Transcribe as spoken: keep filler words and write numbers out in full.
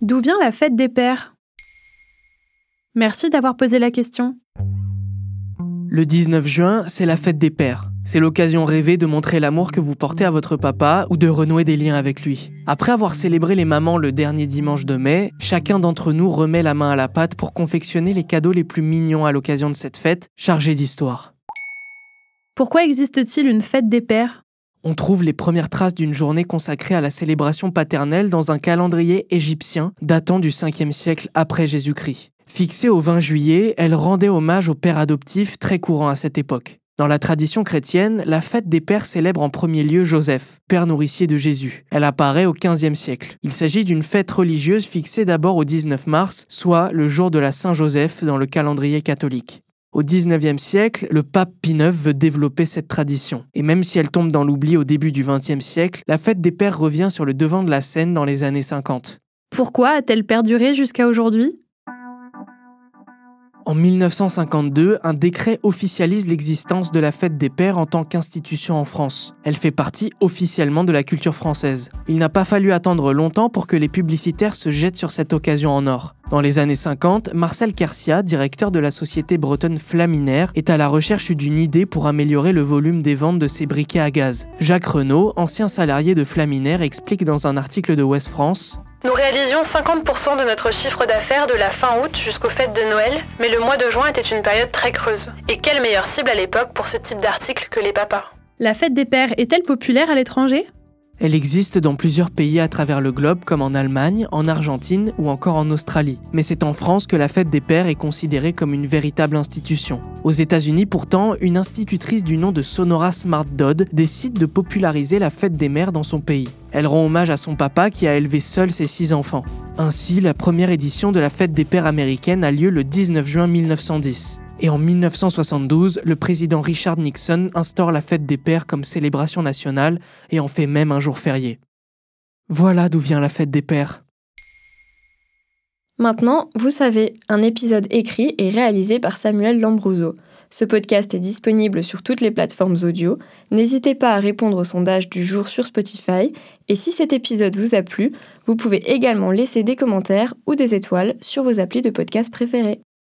D'où vient la fête des pères ? Merci d'avoir posé la question. Le dix-neuf juin, c'est la fête des pères. C'est l'occasion rêvée de montrer l'amour que vous portez à votre papa ou de renouer des liens avec lui. Après avoir célébré les mamans le dernier dimanche de mai, chacun d'entre nous remet la main à la pâte pour confectionner les cadeaux les plus mignons à l'occasion de cette fête, chargée d'histoire. Pourquoi existe-t-il une fête des pères ? On trouve les premières traces d'une journée consacrée à la célébration paternelle dans un calendrier égyptien datant du cinquième siècle après Jésus-Christ. Fixée au vingt juillet, elle rendait hommage aux pères adoptifs très courants à cette époque. Dans la tradition chrétienne, la fête des pères célèbre en premier lieu Joseph, père nourricier de Jésus. Elle apparaît au quinzième siècle. Il s'agit d'une fête religieuse fixée d'abord au dix-neuf mars, soit le jour de la Saint-Joseph dans le calendrier catholique. Au dix-neuvième siècle, le pape Pie neuf veut développer cette tradition. Et même si elle tombe dans l'oubli au début du vingtième siècle, la fête des pères revient sur le devant de la scène dans les années cinquante. Pourquoi a-t-elle perduré jusqu'à aujourd'hui ? En mille neuf cent cinquante-deux, un décret officialise l'existence de la fête des pères en tant qu'institution en France. Elle fait partie officiellement de la culture française. Il n'a pas fallu attendre longtemps pour que les publicitaires se jettent sur cette occasion en or. Dans les années cinquante, Marcel Kersia, directeur de la société bretonne Flaminaire, est à la recherche d'une idée pour améliorer le volume des ventes de ses briquets à gaz. Jacques Renaud, ancien salarié de Flaminaire, explique dans un article de Ouest France: Nous réalisions cinquante pour cent de notre chiffre d'affaires de la fin août jusqu'aux fêtes de Noël, mais le mois de juin était une période très creuse. Et quelle meilleure cible à l'époque pour ce type d'article que les papas ? La fête des pères est-elle populaire à l'étranger ? Elle existe dans plusieurs pays à travers le globe, comme en Allemagne, en Argentine ou encore en Australie. Mais c'est en France que la fête des pères est considérée comme une véritable institution. Aux États-Unis, pourtant, une institutrice du nom de Sonora Smart Dodd décide de populariser la fête des mères dans son pays. Elle rend hommage à son papa qui a élevé seul ses six enfants. Ainsi, la première édition de la fête des pères américaine a lieu le dix-neuf juin mille neuf cent dix. Et en mille neuf cent soixante-douze, le président Richard Nixon instaure la fête des pères comme célébration nationale et en fait même un jour férié. Voilà d'où vient la fête des pères. Maintenant, vous savez, un épisode écrit et réalisé par Samuel Lambruso. Ce podcast est disponible sur toutes les plateformes audio. N'hésitez pas à répondre au sondage du jour sur Spotify. Et si cet épisode vous a plu, vous pouvez également laisser des commentaires ou des étoiles sur vos applis de podcast préférés.